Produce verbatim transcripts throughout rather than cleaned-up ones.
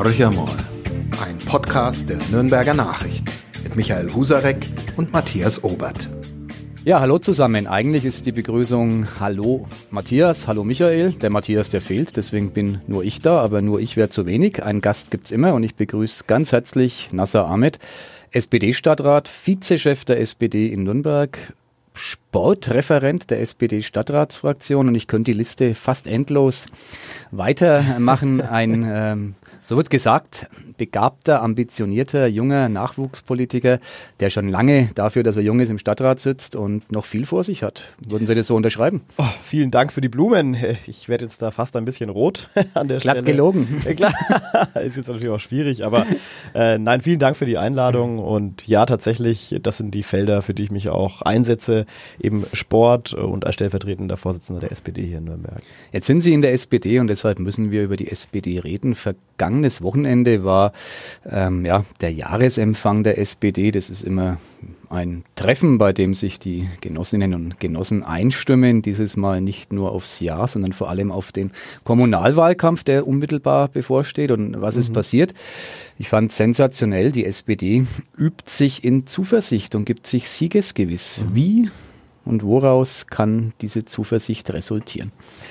Horcher mal, ein Podcast der Nürnberger Nachrichten mit Michael Husarek und Matthias Obert. Ja, hallo zusammen. Eigentlich ist die Begrüßung Hallo Matthias, Hallo Michael. Der Matthias, der fehlt, deswegen bin nur ich da, aber nur ich wäre zu wenig. Einen Gast gibt's immer und ich begrüße ganz herzlich Nasser Ahmed, S P D-Stadtrat, Vizechef der S P D in Nürnberg, Sportreferent der S P D-Stadtratsfraktion, und ich könnte die Liste fast endlos weitermachen. Ein, ähm, so wird gesagt, begabter, ambitionierter, junger Nachwuchspolitiker, der schon lange dafür, dass er jung ist, im Stadtrat sitzt und noch viel vor sich hat. Würden Sie das so unterschreiben? Oh, vielen Dank für die Blumen. Ich werde jetzt da fast ein bisschen rot an der Glatt Stelle. gelogen. Ja, klar, ist jetzt natürlich auch schwierig, aber äh, nein, vielen Dank für die Einladung. Und ja, tatsächlich, das sind die Felder, für die ich mich auch einsetze, eben Sport und als stellvertretender Vorsitzender der S P D hier in Nürnberg. Jetzt sind Sie in der S P D und deshalb müssen wir über die S P D reden. Vergangenes Wochenende war ähm, ja, der Jahresempfang der S P D. Das ist immer ein Treffen, bei dem sich die Genossinnen und Genossen einstimmen. Dieses Mal nicht nur aufs Jahr, sondern vor allem auf den Kommunalwahlkampf, der unmittelbar bevorsteht. Und was mhm. ist passiert? Ich fand sensationell, die S P D übt sich in Zuversicht und gibt sich siegesgewiss. Mhm. Wie und woraus kann diese Zuversicht resultieren?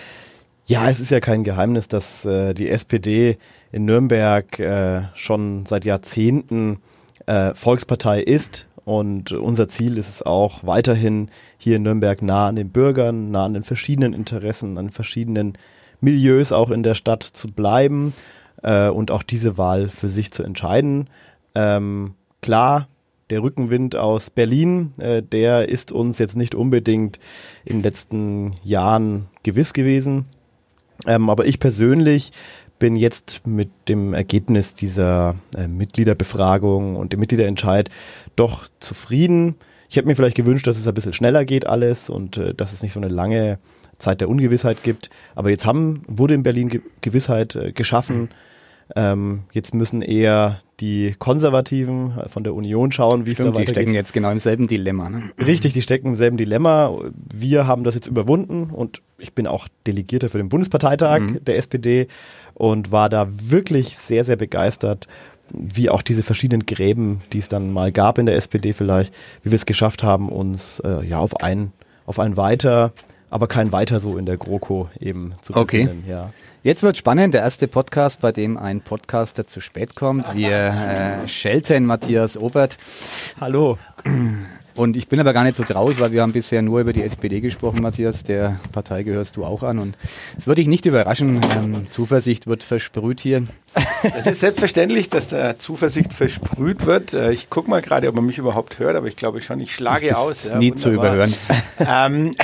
Ja, es ist ja kein Geheimnis, dass äh, die S P D in Nürnberg äh, schon seit Jahrzehnten äh, Volkspartei ist. Und unser Ziel ist es auch weiterhin, hier in Nürnberg nah an den Bürgern, nah an den verschiedenen Interessen, an verschiedenen Milieus auch in der Stadt zu bleiben äh, und auch diese Wahl für sich zu entscheiden. Ähm, klar, der Rückenwind aus Berlin, äh, der ist uns jetzt nicht unbedingt in den letzten Jahren gewiss gewesen. Ähm, aber ich persönlich bin jetzt mit dem Ergebnis dieser äh, Mitgliederbefragung und dem Mitgliederentscheid doch zufrieden. Ich hätte mir vielleicht gewünscht, dass es ein bisschen schneller geht alles und äh, dass es nicht so eine lange Zeit der Ungewissheit gibt. Aber jetzt haben, wurde in Berlin Ge- Gewissheit äh, geschaffen. Ähm, jetzt müssen eher die Konservativen von der Union schauen, wie es da weitergeht. Die stecken jetzt genau im selben Dilemma. Ne? Richtig, die stecken im selben Dilemma. Wir haben das jetzt überwunden und ich bin auch Delegierter für den Bundesparteitag mhm. der S P D und war da wirklich sehr, sehr begeistert, wie auch diese verschiedenen Gräben, die es dann mal gab in der S P D vielleicht, wie wir es geschafft haben, uns äh, ja auf ein, auf ein Weiter, aber kein Weiter so in der GroKo eben zu besinnen. Okay. Ja. Jetzt wird spannend, der erste Podcast, bei dem ein Podcaster zu spät kommt. Wir äh, schelten Matthias Obert. Hallo. Und ich bin aber gar nicht so traurig, weil wir haben bisher nur über die S P D gesprochen, Matthias. Der Partei gehörst du auch an. Und es würde dich nicht überraschen, ähm, Zuversicht wird versprüht hier. Es ist selbstverständlich, dass da Zuversicht versprüht wird. Ich gucke mal gerade, ob man mich überhaupt hört, aber ich glaube schon, ich schlage du bist aus. Ja, nie wunderbar. zu überhören. ähm,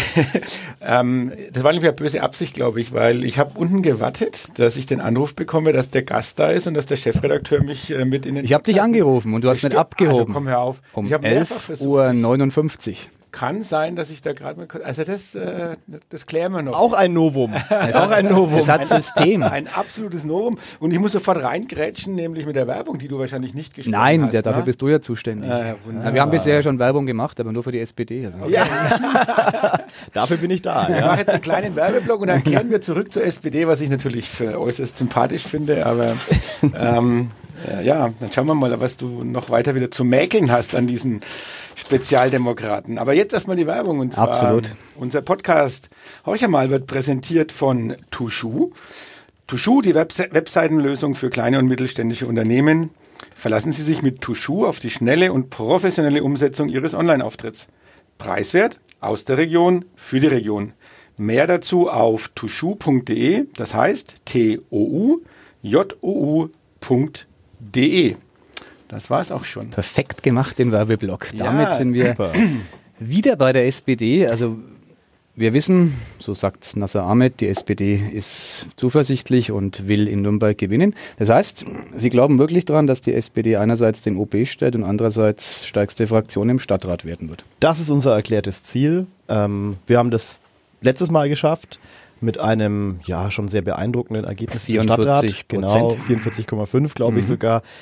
ähm, das war nämlich eine böse Absicht, glaube ich, weil ich habe unten gewartet, dass ich den Anruf bekomme, dass der Gast da ist und dass der Chefredakteur mich äh, mit in den... Ich habe dich angerufen und du hast nicht abgehoben. Also komm, hör auf. Um ich elf Uhr neunundfünfzig. Kann sein, dass ich da gerade mal... Also das, äh, das klären wir noch. Auch ein Novum. Es auch ein Novum. Es hat System. Ein absolutes Novum. Und ich muss sofort reingrätschen, nämlich mit der Werbung, die du wahrscheinlich nicht gesprochen Nein, hast. Der, dafür ne? bist du ja zuständig. Äh, ja, wir haben bisher schon Werbung gemacht, aber nur für die S P D. Also. Okay. Ja. Dafür bin ich da. Ich Ja. mache jetzt einen kleinen Werbeblock und dann kehren wir zurück zur S P D, was ich natürlich für äußerst sympathisch finde. Aber ähm, ja, dann schauen wir mal, was du noch weiter wieder zu mäkeln hast an diesen Spezialdemokraten. Aber jetzt erstmal die Werbung. Und zwar Absolut. Unser Podcast Horcher mal wird präsentiert von Tushu. Tushu, die Webse- Webseitenlösung für kleine und mittelständische Unternehmen. Verlassen Sie sich mit Tushu auf die schnelle und professionelle Umsetzung Ihres Online-Auftritts. Preiswert, aus der Region, für die Region. Mehr dazu auf tushu punkt de, das heißt T O U J O U punkt de. Das war es auch schon. Perfekt gemacht, den Werbeblock. Ja, Damit sind wir super. wieder bei der S P D. Also wir wissen, so sagt Nasser Ahmed, die S P D ist zuversichtlich und will in Nürnberg gewinnen. Das heißt, Sie glauben wirklich daran, dass die S P D einerseits den O B stellt und andererseits stärkste Fraktion im Stadtrat werden wird? Das ist unser erklärtes Ziel. Ähm, wir haben das letztes Mal geschafft mit einem ja schon sehr beeindruckenden Ergebnis zum vierundvierzig Stadtrat. Genau, vierundvierzig Komma fünf glaube ich mhm. sogar.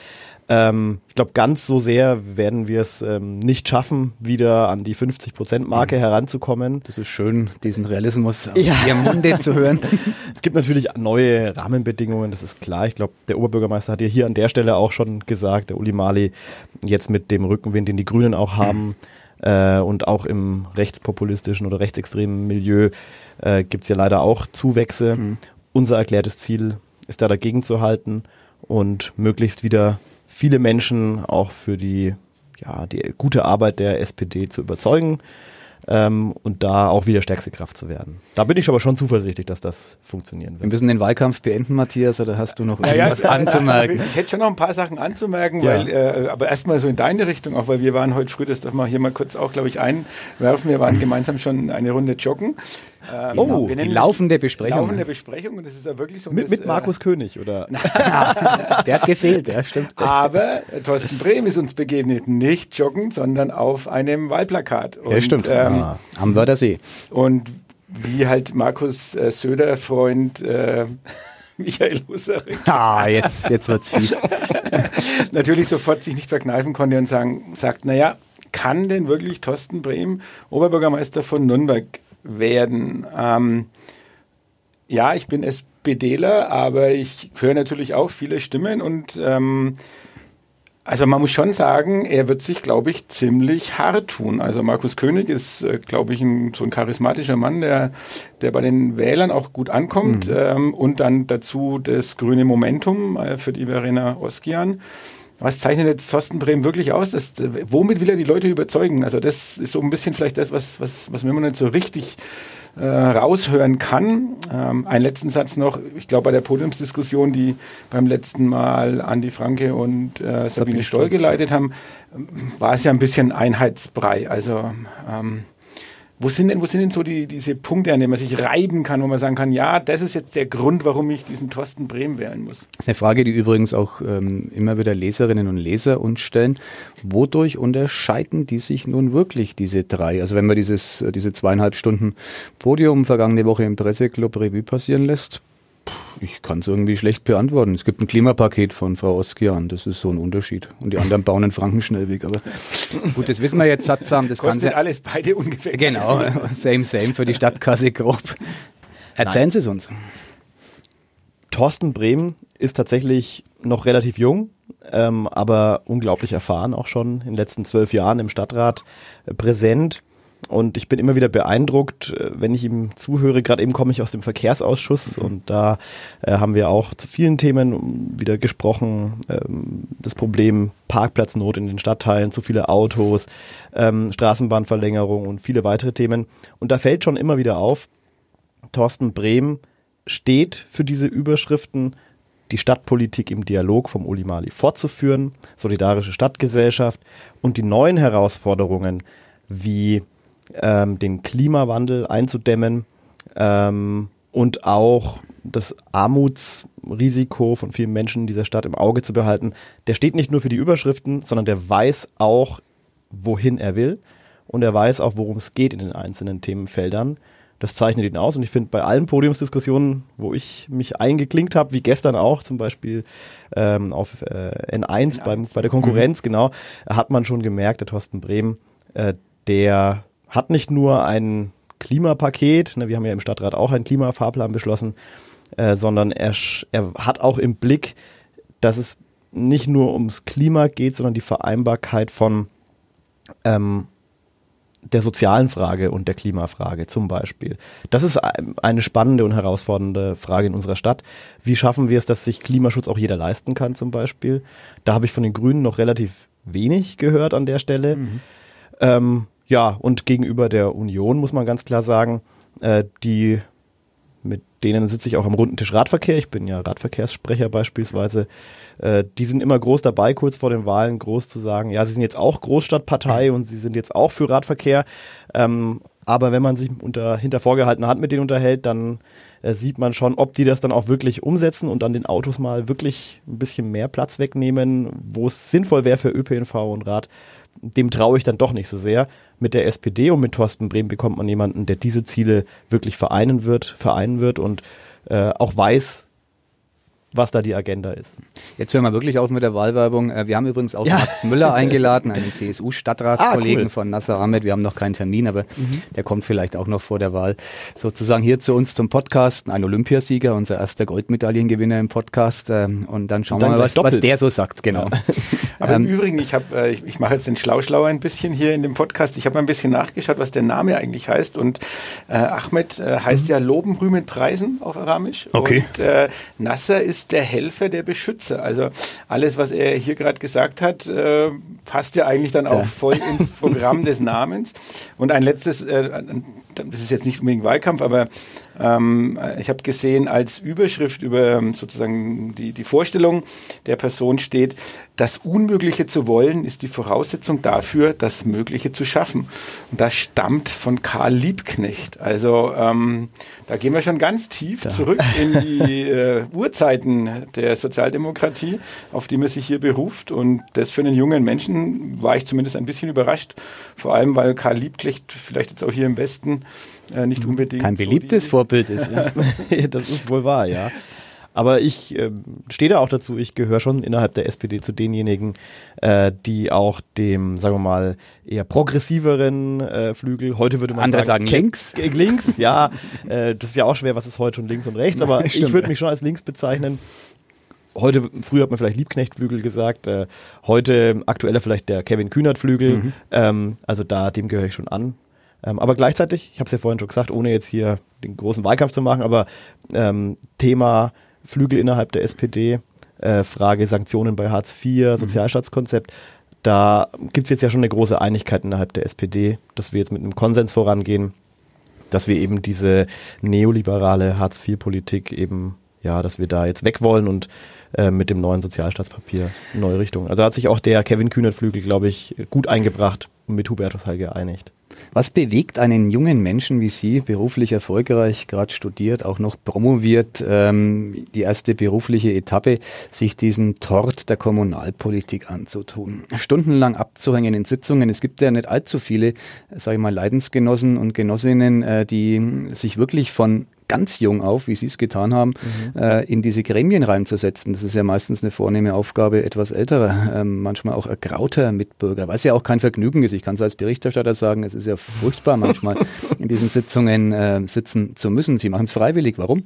Ähm, ich glaube, ganz so sehr werden wir es ähm, nicht schaffen, wieder an die fünfzig Prozent Marke mhm. heranzukommen. Das ist schön, diesen Realismus aus ja. Ihrem Munde zu hören. Es gibt natürlich neue Rahmenbedingungen, das ist klar. Ich glaube, der Oberbürgermeister hat ja hier an der Stelle auch schon gesagt, der Uli Mali, jetzt mit dem Rückenwind, den die Grünen auch haben, äh, und auch im rechtspopulistischen oder rechtsextremen Milieu äh, gibt es ja leider auch Zuwächse. Mhm. Unser erklärtes Ziel ist da dagegen zu halten und möglichst wieder viele Menschen auch für die, ja, die gute Arbeit der S P D zu überzeugen ähm, und da auch wieder stärkste Kraft zu werden. Da bin ich aber schon zuversichtlich, dass das funktionieren wird. Wir müssen den Wahlkampf beenden, Matthias, oder hast du noch ja, irgendwas ja, anzumerken? Ich hätte schon noch ein paar Sachen anzumerken, ja. weil, äh, aber erstmal so in deine Richtung, auch weil wir waren heute früh, das darf man hier mal kurz auch, glaube ich, einwerfen, wir waren gemeinsam schon eine Runde joggen. Ähm, oh, die laufende Besprechung. Laufende Besprechung, und das ist ja wirklich so. Mit, das, mit Markus äh, König, oder? Der hat gefehlt, ja, stimmt. Aber äh, Thorsten Brehm ist uns begegnet, nicht joggend, sondern auf einem Wahlplakat. Und, ja, stimmt. Ähm, ah, am Wörthersee. Und wie halt Markus äh, Söder, Freund äh, Michael Husarek. Ah, jetzt, jetzt wird's fies. Natürlich sofort sich nicht verkneifen konnte und sagen, sagt, naja, kann denn wirklich Thorsten Brehm Oberbürgermeister von Nürnberg werden? Ähm, ja, ich bin SPDler, aber ich höre natürlich auch viele Stimmen und ähm, also man muss schon sagen, er wird sich, glaube ich, ziemlich hart tun. Also Markus König ist, äh, glaube ich, ein, so ein charismatischer Mann, der, der bei den Wählern auch gut ankommt. Mhm. Ähm, und dann dazu das grüne Momentum äh, für die Verena Oskian. Was zeichnet jetzt Thorsten Brehm wirklich aus? Das, womit will er die Leute überzeugen? Also das ist so ein bisschen vielleicht das, was, was, was man immer nicht so richtig äh, raushören kann. Ähm, einen letzten Satz noch. Ich glaube, bei der Podiumsdiskussion, die beim letzten Mal Andi Franke und äh, Sabine Stoll geleitet haben, war es ja ein bisschen Einheitsbrei. Also ähm, Wo sind denn, wo sind denn so die, diese Punkte, an denen man sich reiben kann, wo man sagen kann, ja, das ist jetzt der Grund, warum ich diesen Thorsten Brehm wählen muss? Das ist eine Frage, die übrigens auch ähm, immer wieder Leserinnen und Leser uns stellen. Wodurch unterscheiden die sich nun wirklich, diese drei? Also wenn man dieses, diese zweieinhalb Stunden Podium vergangene Woche im Presseclub Revue passieren lässt, ich kann es irgendwie schlecht beantworten. Es gibt ein Klimapaket von Frau Oskian, das ist so ein Unterschied. Und die anderen bauen einen Frankenschnellweg. Aber gut, das wissen wir jetzt sattsam. Das kostet Ganze, alles beide ungefähr. Genau, same, same für die Stadtkasse grob. Erzählen Sie es uns. Thorsten Brehm ist tatsächlich noch relativ jung, ähm, aber unglaublich erfahren, auch schon in den letzten zwölf Jahren im Stadtrat äh, präsent. Und ich bin immer wieder beeindruckt, wenn ich ihm zuhöre. Gerade eben komme ich aus dem Verkehrsausschuss, mhm. und da äh, haben wir auch zu vielen Themen wieder gesprochen. Ähm, das Problem Parkplatznot in den Stadtteilen, zu viele Autos, ähm, Straßenbahnverlängerung und viele weitere Themen. Und da fällt schon immer wieder auf, Thorsten Brehm steht für diese Überschriften, die Stadtpolitik im Dialog vom Uli Mali fortzuführen, solidarische Stadtgesellschaft und die neuen Herausforderungen wie ähm, den Klimawandel einzudämmen ähm, und auch das Armutsrisiko von vielen Menschen in dieser Stadt im Auge zu behalten. Der steht nicht nur für die Überschriften, sondern der weiß auch, wohin er will, und er weiß auch, worum es geht in den einzelnen Themenfeldern. Das zeichnet ihn aus, und ich finde, bei allen Podiumsdiskussionen, wo ich mich eingeklinkt habe, wie gestern auch zum Beispiel ähm, auf äh, N eins, N eins. Beim, bei der Konkurrenz, mhm. genau, hat man schon gemerkt, der Thorsten Brehm, äh, der hat nicht nur ein Klimapaket, ne, wir haben ja im Stadtrat auch einen Klimafahrplan beschlossen, äh, sondern er, er hat auch im Blick, dass es nicht nur ums Klima geht, sondern die Vereinbarkeit von ähm, der sozialen Frage und der Klimafrage zum Beispiel. Das ist eine spannende und herausfordernde Frage in unserer Stadt. Wie schaffen wir es, dass sich Klimaschutz auch jeder leisten kann zum Beispiel? Da habe ich von den Grünen noch relativ wenig gehört an der Stelle. Mhm. Ähm, ja, und gegenüber der Union muss man ganz klar sagen, äh, die, mit denen sitze ich auch am runden Tisch Radverkehr, ich bin ja Radverkehrssprecher beispielsweise, äh, die sind immer groß dabei, kurz vor den Wahlen groß zu sagen, ja, sie sind jetzt auch Großstadtpartei und sie sind jetzt auch für Radverkehr, ähm, aber wenn man sich unter hinter vorgehaltener Hand mit denen unterhält, dann äh, sieht man schon, ob die das dann auch wirklich umsetzen und dann den Autos mal wirklich ein bisschen mehr Platz wegnehmen, wo es sinnvoll wäre für Ö P N V und Rad. Dem traue ich dann doch nicht so sehr. Mit der S P D und mit Thorsten Brehm bekommt man jemanden, der diese Ziele wirklich vereinen wird, vereinen wird und äh, auch weiß, was da die Agenda ist. Jetzt hören wir wirklich auf mit der Wahlwerbung. Wir haben übrigens auch ja. Max Müller eingeladen, einen C S U-Stadtratskollegen ah, cool. von Nasser Ahmed. Wir haben noch keinen Termin, aber mhm. der kommt vielleicht auch noch vor der Wahl. Sozusagen hier zu uns zum Podcast. Ein Olympiasieger, unser erster Goldmedaillengewinner im Podcast. Und dann schauen Und dann wir mal, was, was der so sagt. Genau. Ja. Aber ähm, im Übrigen, ich, hab, ich, ich mache jetzt den Schlauschlauer ein bisschen hier in dem Podcast. Ich habe mal ein bisschen nachgeschaut, was der Name eigentlich heißt. Und äh, Ahmed äh, heißt mhm. ja Loben, Rühmen, Preisen auf Arabisch. Okay. Und äh, Nasser ist der Helfer, der Beschützer. Also alles, was er hier gerade gesagt hat, äh, passt ja eigentlich dann auch ja. voll ins Programm des Namens. Und ein letztes, äh, das ist jetzt nicht unbedingt Wahlkampf, aber ähm, ich habe gesehen, als Überschrift über sozusagen die, die Vorstellung der Person steht, das Unmögliche zu wollen ist die Voraussetzung dafür, das Mögliche zu schaffen. Und das stammt von Karl Liebknecht. Also ähm, da gehen wir schon ganz tief da. zurück in die äh, Urzeiten der Sozialdemokratie, auf die man sich hier beruft. Und das für einen jungen Menschen war ich zumindest ein bisschen überrascht. Vor allem, weil Karl Liebknecht vielleicht jetzt auch hier im Westen äh, nicht unbedingt kein beliebtes so Vorbild ist. Das ist wohl wahr, ja. Aber ich äh, stehe da auch dazu, ich gehöre schon innerhalb der S P D zu denjenigen, äh, die auch dem, sagen wir mal, eher progressiveren äh, Flügel, heute würde man Andere sagen, sagen links. Äh, links, ja, äh, das ist ja auch schwer, was ist heute schon links und rechts, aber Stimmt. ich würde mich schon als links bezeichnen. Heute, früher hat man vielleicht Liebknecht-Flügel gesagt, äh, heute aktueller vielleicht der Kevin Kühnert-Flügel, mhm. ähm, also da, dem gehöre ich schon an. Ähm, aber gleichzeitig, ich habe es ja vorhin schon gesagt, ohne jetzt hier den großen Wahlkampf zu machen, aber ähm, Thema Flügel innerhalb der S P D, äh, Frage Sanktionen bei Hartz vier, Sozialstaatskonzept, da gibt es jetzt ja schon eine große Einigkeit innerhalb der S P D, dass wir jetzt mit einem Konsens vorangehen, dass wir eben diese neoliberale Hartz vier Politik eben, ja, dass wir da jetzt weg wollen und äh, mit dem neuen Sozialstaatspapier eine neue Richtung. Also hat sich auch der Kevin Kühnert-Flügel, glaube ich, gut eingebracht und mit Hubertus Heil geeinigt. Was bewegt einen jungen Menschen wie Sie, beruflich erfolgreich, gerade studiert, auch noch promoviert, ähm, die erste berufliche Etappe, sich diesen Tort der Kommunalpolitik anzutun? Stundenlang abzuhängen in Sitzungen. Es gibt ja nicht allzu viele, sage ich mal, Leidensgenossen und Genossinnen, äh, die sich wirklich von ganz jung auf, wie Sie es getan haben, mhm. äh, in diese Gremien reinzusetzen. Das ist ja meistens eine vornehme Aufgabe etwas älterer, ähm, manchmal auch ergrauter Mitbürger, was ja auch kein Vergnügen ist. Ich kann es als Berichterstatter sagen, es ist ja furchtbar manchmal in diesen Sitzungen äh, sitzen zu müssen. Sie machen es freiwillig. Warum?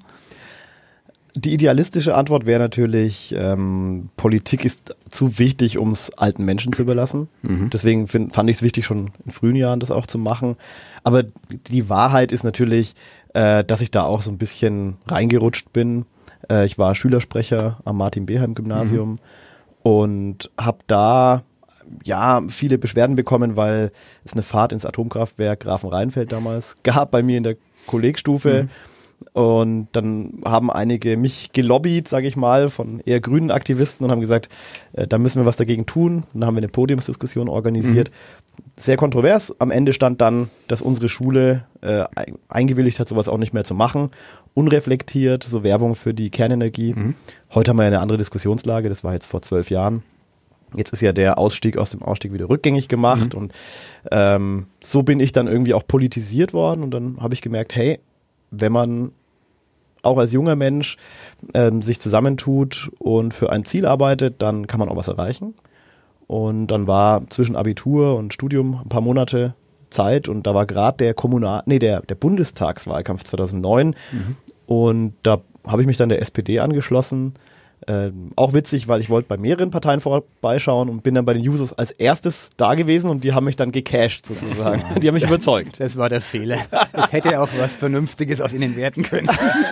Die idealistische Antwort wäre natürlich, ähm, Politik ist zu wichtig, um es alten Menschen zu überlassen. Mhm. Deswegen find, fand ich es wichtig, schon in frühen Jahren das auch zu machen. Aber die Wahrheit ist natürlich, äh, dass ich da auch so ein bisschen reingerutscht bin. Äh, ich war Schülersprecher am Martin-Beheim-Gymnasium mhm. und habe da ja viele Beschwerden bekommen, weil es eine Fahrt ins Atomkraftwerk Grafenrheinfeld damals gab bei mir in der Kollegstufe. Mhm. Und dann haben einige mich gelobbyt, sage ich mal, von eher grünen Aktivisten und haben gesagt, äh, da müssen wir was dagegen tun. Und dann haben wir eine Podiumsdiskussion organisiert. Mhm. Sehr kontrovers. Am Ende stand dann, dass unsere Schule äh, eingewilligt hat, sowas auch nicht mehr zu machen. Unreflektiert, so Werbung für die Kernenergie. Mhm. Heute haben wir ja eine andere Diskussionslage. Das war jetzt vor zwölf Jahren. Jetzt ist ja der Ausstieg aus dem Ausstieg wieder rückgängig gemacht. Mhm. Und ähm, so bin ich dann irgendwie auch politisiert worden. Und dann habe ich gemerkt, hey, wenn man auch als junger Mensch ähm, sich zusammentut und für ein Ziel arbeitet, dann kann man auch was erreichen. Und dann war zwischen Abitur und Studium ein paar Monate Zeit und da war gerade der Kommunal, nee, der, der Bundestagswahlkampf zweitausendneun mhm. und da habe ich mich dann der S P D angeschlossen. Ähm, auch witzig, weil ich wollte bei mehreren Parteien vorbeischauen und bin dann bei den Jusos als erstes da gewesen und die haben mich dann gecasht sozusagen. Die haben mich überzeugt. Das war der Fehler. Es hätte auch was Vernünftiges aus ihnen werden können.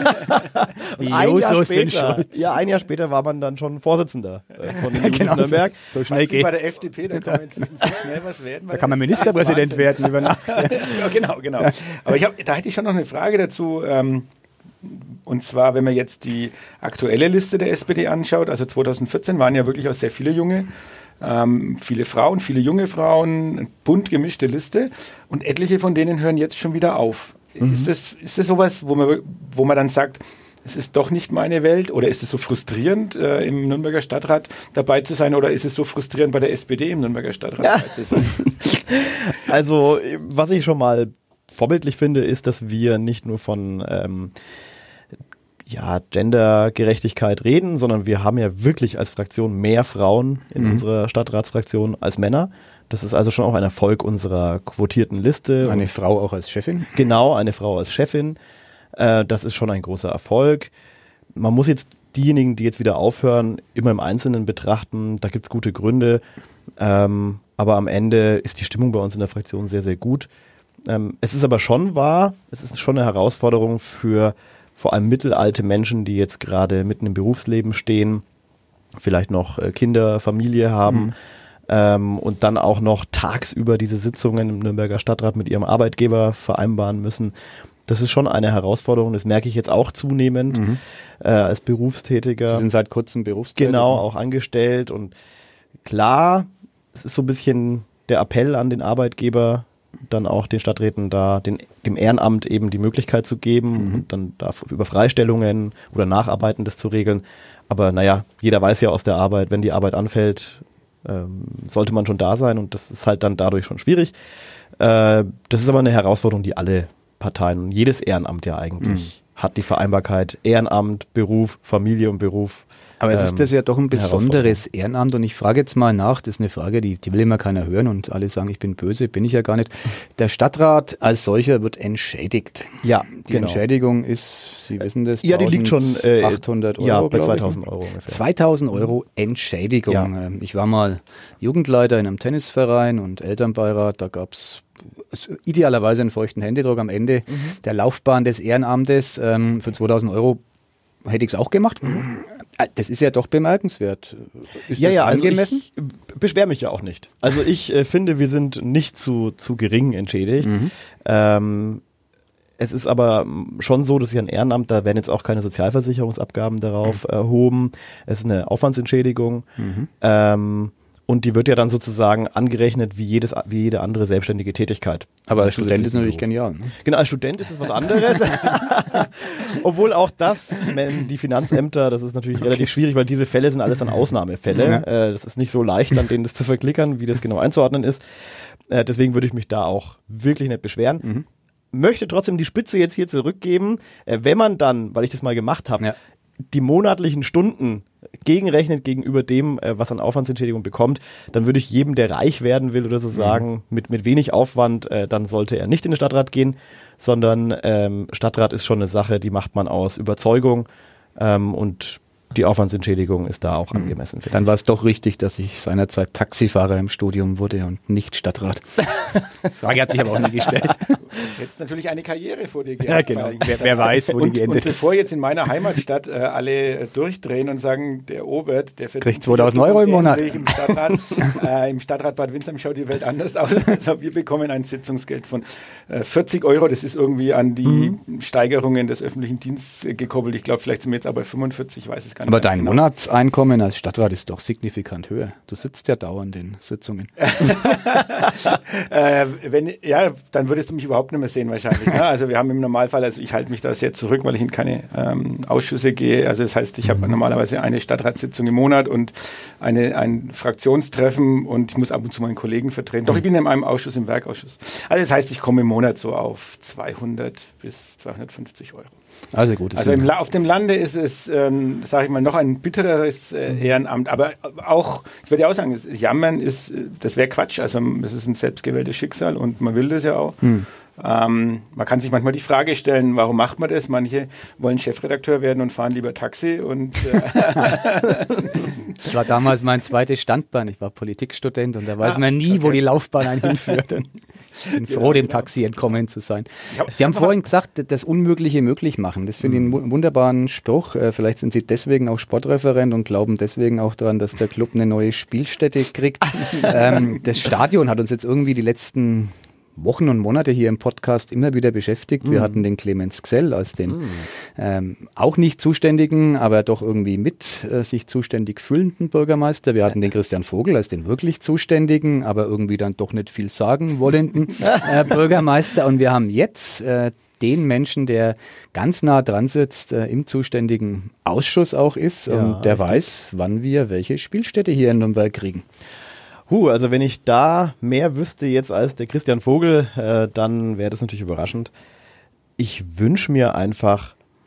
Die ein Jusos sind schuld. Ja, ein Jahr später war man dann schon Vorsitzender äh, von den Jusos genau Nürnberg. So, so schnell geht's. Bei der F D P, da kann man inzwischen so schnell was werden. Da kann man Ministerpräsident werden über Nacht. Ja, genau, genau. Aber ich hab, da hätte ich schon noch eine Frage dazu. Ähm, Und zwar, wenn man jetzt die aktuelle Liste der S P D anschaut, also zweitausendvierzehn waren ja wirklich auch sehr viele junge, ähm, viele Frauen, viele junge Frauen, bunt gemischte Liste und etliche von denen hören jetzt schon wieder auf. Mhm. Ist das, ist das sowas, wo man, wo man dann sagt, es ist doch nicht meine Welt oder ist es so frustrierend, äh, im Nürnberger Stadtrat dabei zu sein oder ist es so frustrierend, bei der S P D im Nürnberger Stadtrat ja. dabei zu sein? Also, was ich schon mal vorbildlich finde, ist, dass wir nicht nur von ähm, ja, Gendergerechtigkeit reden, sondern wir haben ja wirklich als Fraktion mehr Frauen in mhm. unserer Stadtratsfraktion als Männer. Das ist also schon auch ein Erfolg unserer quotierten Liste. Eine Frau auch als Chefin? Genau, eine Frau als Chefin. Äh, das ist schon ein großer Erfolg. Man muss jetzt diejenigen, die jetzt wieder aufhören, immer im Einzelnen betrachten. Da gibt's gute Gründe. Ähm, aber am Ende ist die Stimmung bei uns in der Fraktion sehr, sehr gut. Ähm, es ist aber schon wahr, es ist schon eine Herausforderung für vor allem mittelalte Menschen, die jetzt gerade mitten im Berufsleben stehen, vielleicht noch äh, Kinder, Familie haben mhm. ähm, und dann auch noch tagsüber diese Sitzungen im Nürnberger Stadtrat mit ihrem Arbeitgeber vereinbaren müssen. Das ist schon eine Herausforderung, das merke ich jetzt auch zunehmend mhm. äh, als Berufstätiger. Sie sind seit kurzem berufstätig. Genau, auch angestellt und klar, es ist so ein bisschen der Appell an den Arbeitgeber, dann auch den Stadträten da, den, dem Ehrenamt eben die Möglichkeit zu geben mhm. und dann da über Freistellungen oder Nacharbeiten das zu regeln. Aber naja, jeder weiß ja aus der Arbeit, wenn die Arbeit anfällt, ähm, sollte man schon da sein und das ist halt dann dadurch schon schwierig. Äh, das ist aber eine Herausforderung, die alle Parteien und jedes Ehrenamt ja eigentlich mhm. hat, die Vereinbarkeit Ehrenamt, Beruf, Familie und Beruf. Aber es ist das ja doch ein besonderes Ehrenamt und ich frage jetzt mal nach, das ist eine Frage, die, die will immer keiner hören und alle sagen, ich bin böse, bin ich ja gar nicht. Der Stadtrat als solcher wird entschädigt. Ja, Die genau. Entschädigung ist, Sie wissen das, ja, die liegt schon äh, achthundert Euro, ja, bei zweitausend Euro ungefähr. zweitausend Euro Entschädigung. Ja. Ich war mal Jugendleiter in einem Tennisverein und Elternbeirat, da gab's idealerweise einen feuchten Händedruck am Ende mhm. der Laufbahn des Ehrenamtes. Ähm, für zweitausend Euro hätte ich es auch gemacht. Das ist ja doch bemerkenswert. Ist ja, das ja, angemessen? Also ich beschwere mich ja auch nicht. Also ich äh, finde, wir sind nicht zu, zu gering entschädigt. Mhm. Ähm, es ist aber schon so, dass ja ein Ehrenamt, da werden jetzt auch keine Sozialversicherungsabgaben darauf erhoben. Es ist eine Aufwandsentschädigung. Mhm. Ähm, Und die wird ja dann sozusagen angerechnet wie jedes, wie jede andere selbstständige Tätigkeit. Aber als Student ist natürlich genial. Ne? Genau, als Student ist es was anderes. Obwohl auch das, die Finanzämter, das ist natürlich okay. relativ schwierig, weil diese Fälle sind alles dann Ausnahmefälle. Ja. Äh, das ist nicht so leicht, an denen das zu verklickern, wie das genau einzuordnen ist. Äh, deswegen würde ich mich da auch wirklich nicht beschweren. Mhm. Möchte trotzdem die Spitze jetzt hier zurückgeben. Äh, wenn man dann, weil ich das mal gemacht habe, ja. die monatlichen Stunden gegenrechnet gegenüber dem, äh, was an Aufwandsentschädigung bekommt, dann würde ich jedem, der reich werden will oder so sagen, mhm. mit, mit wenig Aufwand, äh, dann sollte er nicht in den Stadtrat gehen, sondern ähm, Stadtrat ist schon eine Sache, die macht man aus Überzeugung ähm, und die Aufwandsentschädigung ist da auch angemessen. Dann war es doch richtig, dass ich seinerzeit Taxifahrer im Studium wurde und nicht Stadtrat. Frage hat sich aber auch nie gestellt. Jetzt natürlich eine Karriere vor dir. Ja, genau. Wer, wer weiß, wo und, die endet. Und bevor jetzt in meiner Heimatstadt äh, alle durchdrehen und sagen, der Obert, der kriegt zweitausend Euro im Monat. Im Stadtrat, äh, im Stadtrat Bad Windsheim schaut die Welt anders aus. Also wir bekommen ein Sitzungsgeld von äh, vierzig Euro. Das ist irgendwie an die mhm. Steigerungen des öffentlichen Dienstes äh, gekoppelt. Ich glaube, vielleicht sind wir jetzt aber fünfundvierzig, ich weiß es gar nicht. Aber dein genau. Monatseinkommen als Stadtrat ist doch signifikant höher. Du sitzt ja dauernd in Sitzungen. äh, wenn, ja, dann würdest du mich überhaupt nicht mehr sehen wahrscheinlich. Ne? Also wir haben im Normalfall, also ich halte mich da sehr zurück, weil ich in keine ähm, Ausschüsse gehe. Also das heißt, ich habe mhm. normalerweise eine Stadtratssitzung im Monat und eine, ein Fraktionstreffen und ich muss ab und zu meinen Kollegen vertreten. Doch ich bin in einem Ausschuss, im Werkausschuss. Also das heißt, ich komme im Monat so auf zweihundert bis zweihundertfünfzig Euro. Also gut. Also im, auf dem Lande ist es, ähm, sage ich mal, noch ein bittereres äh, Ehrenamt. Aber auch, ich würde ja auch sagen, das Jammern ist, das wäre Quatsch. Also es ist ein selbstgewähltes Schicksal und man will das ja auch. Hm. Ähm, man kann sich manchmal die Frage stellen, warum macht man das? Manche wollen Chefredakteur werden und fahren lieber Taxi. Und äh das war damals mein zweites Standbein. Ich war Politikstudent und da weiß ah, man nie, okay. wo die Laufbahn einen hinführt. Ich bin froh, genau, dem Taxi genau. entkommen zu sein. Sie haben vorhin gesagt, das Unmögliche möglich machen. Das finde ich einen wunderbaren Spruch. Vielleicht sind Sie deswegen auch Sportreferent und glauben deswegen auch daran, dass der Club eine neue Spielstätte kriegt. ähm, das Stadion hat uns jetzt irgendwie die letzten Wochen und Monate hier im Podcast immer wieder beschäftigt. Wir mm. hatten den Clemens Gsell als den mm. ähm, auch nicht zuständigen, aber doch irgendwie mit äh, sich zuständig fühlenden Bürgermeister. Wir hatten den Christian Vogel als den wirklich zuständigen, aber irgendwie dann doch nicht viel sagen wollenden äh, Bürgermeister. Und wir haben jetzt äh, den Menschen, der ganz nah dran sitzt, äh, im zuständigen Ausschuss auch ist ja, und der richtig. weiß, wann wir welche Spielstätte hier in Nürnberg kriegen. Huh, also wenn ich da mehr wüsste jetzt als der Christian Vogel, äh, dann wäre das natürlich überraschend. Ich wünsche mir einfach,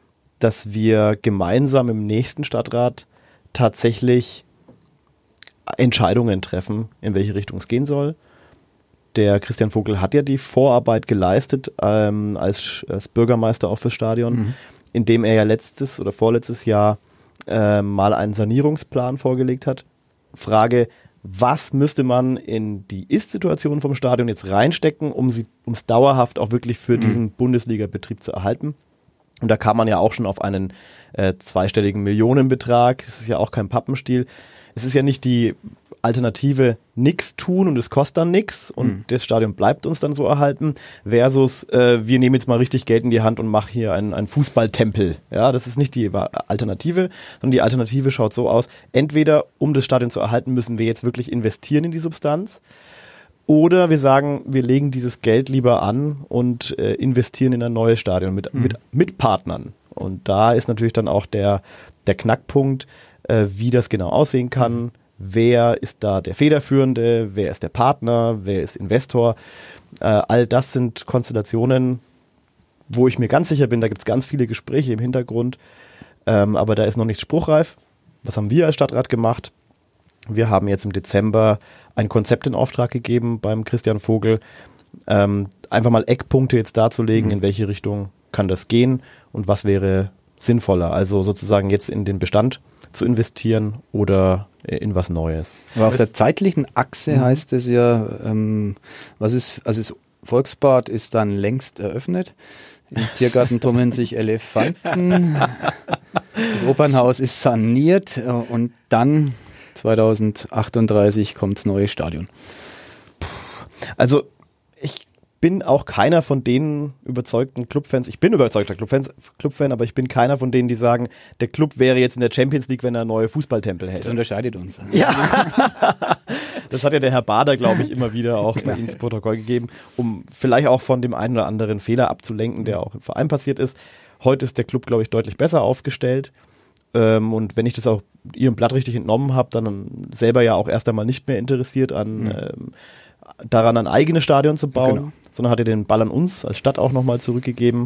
dass wir gemeinsam im nächsten Stadtrat tatsächlich Entscheidungen treffen, in welche Richtung es gehen soll. Der Christian Vogel hat ja die Vorarbeit geleistet ähm, als, als Bürgermeister auch fürs Stadion, mhm. indem er ja letztes oder vorletztes Jahr äh, mal einen Sanierungsplan vorgelegt hat. Frage, was müsste man in die Ist-Situation vom Stadion jetzt reinstecken, um sie, um es dauerhaft auch wirklich für mhm. diesen Bundesliga-Betrieb zu erhalten? Und da kam man ja auch schon auf einen äh, zweistelligen Millionenbetrag. Das ist ja auch kein Pappenstiel. Es ist ja nicht die Alternative, nix tun und es kostet dann nix und mhm. das Stadion bleibt uns dann so erhalten, versus äh, wir nehmen jetzt mal richtig Geld in die Hand und machen hier einen, einen Fußballtempel. Ja, das ist nicht die Alternative, sondern die Alternative schaut so aus, entweder um das Stadion zu erhalten, müssen wir jetzt wirklich investieren in die Substanz, oder wir sagen, wir legen dieses Geld lieber an und äh, investieren in ein neues Stadion mit, mhm. mit, mit Partnern. Und da ist natürlich dann auch der, der Knackpunkt, äh, wie das genau aussehen kann. Mhm. Wer ist da der Federführende? Wer ist der Partner? Wer ist Investor? Äh, all das sind Konstellationen, wo ich mir ganz sicher bin, da gibt es ganz viele Gespräche im Hintergrund, ähm, aber da ist noch nichts spruchreif. Was haben wir als Stadtrat gemacht? Wir haben jetzt im Dezember ein Konzept in Auftrag gegeben beim Christian Vogel, ähm, einfach mal Eckpunkte jetzt darzulegen, mhm. in welche Richtung kann das gehen und was wäre sinnvoller. Also sozusagen jetzt in den Bestand zu investieren oder in was Neues. Aber auf der zeitlichen Achse mhm. heißt es ja, ähm, was ist, also das Volksbad ist dann längst eröffnet. Im Tiergarten tummeln sich Elefanten. Das Opernhaus ist saniert und dann zweitausendachtunddreißig kommt das neue Stadion. Also ich bin auch keiner von den überzeugten Clubfans, ich bin überzeugter Clubfans, Clubfan, aber ich bin keiner von denen, die sagen, der Club wäre jetzt in der Champions League, wenn er neue Fußballtempel hätte. Das unterscheidet uns. Ja, das hat ja der Herr Bader, glaube ich, immer wieder auch genau. ins Protokoll gegeben, um vielleicht auch von dem einen oder anderen Fehler abzulenken, der auch im Verein passiert ist. Heute ist der Club, glaube ich, deutlich besser aufgestellt. Ähm, und wenn ich das auch Ihrem Blatt richtig entnommen habe, dann selber ja auch erst einmal nicht mehr interessiert an mhm. ähm, daran, ein eigenes Stadion zu bauen, genau. sondern hat er den Ball an uns als Stadt auch nochmal zurückgegeben.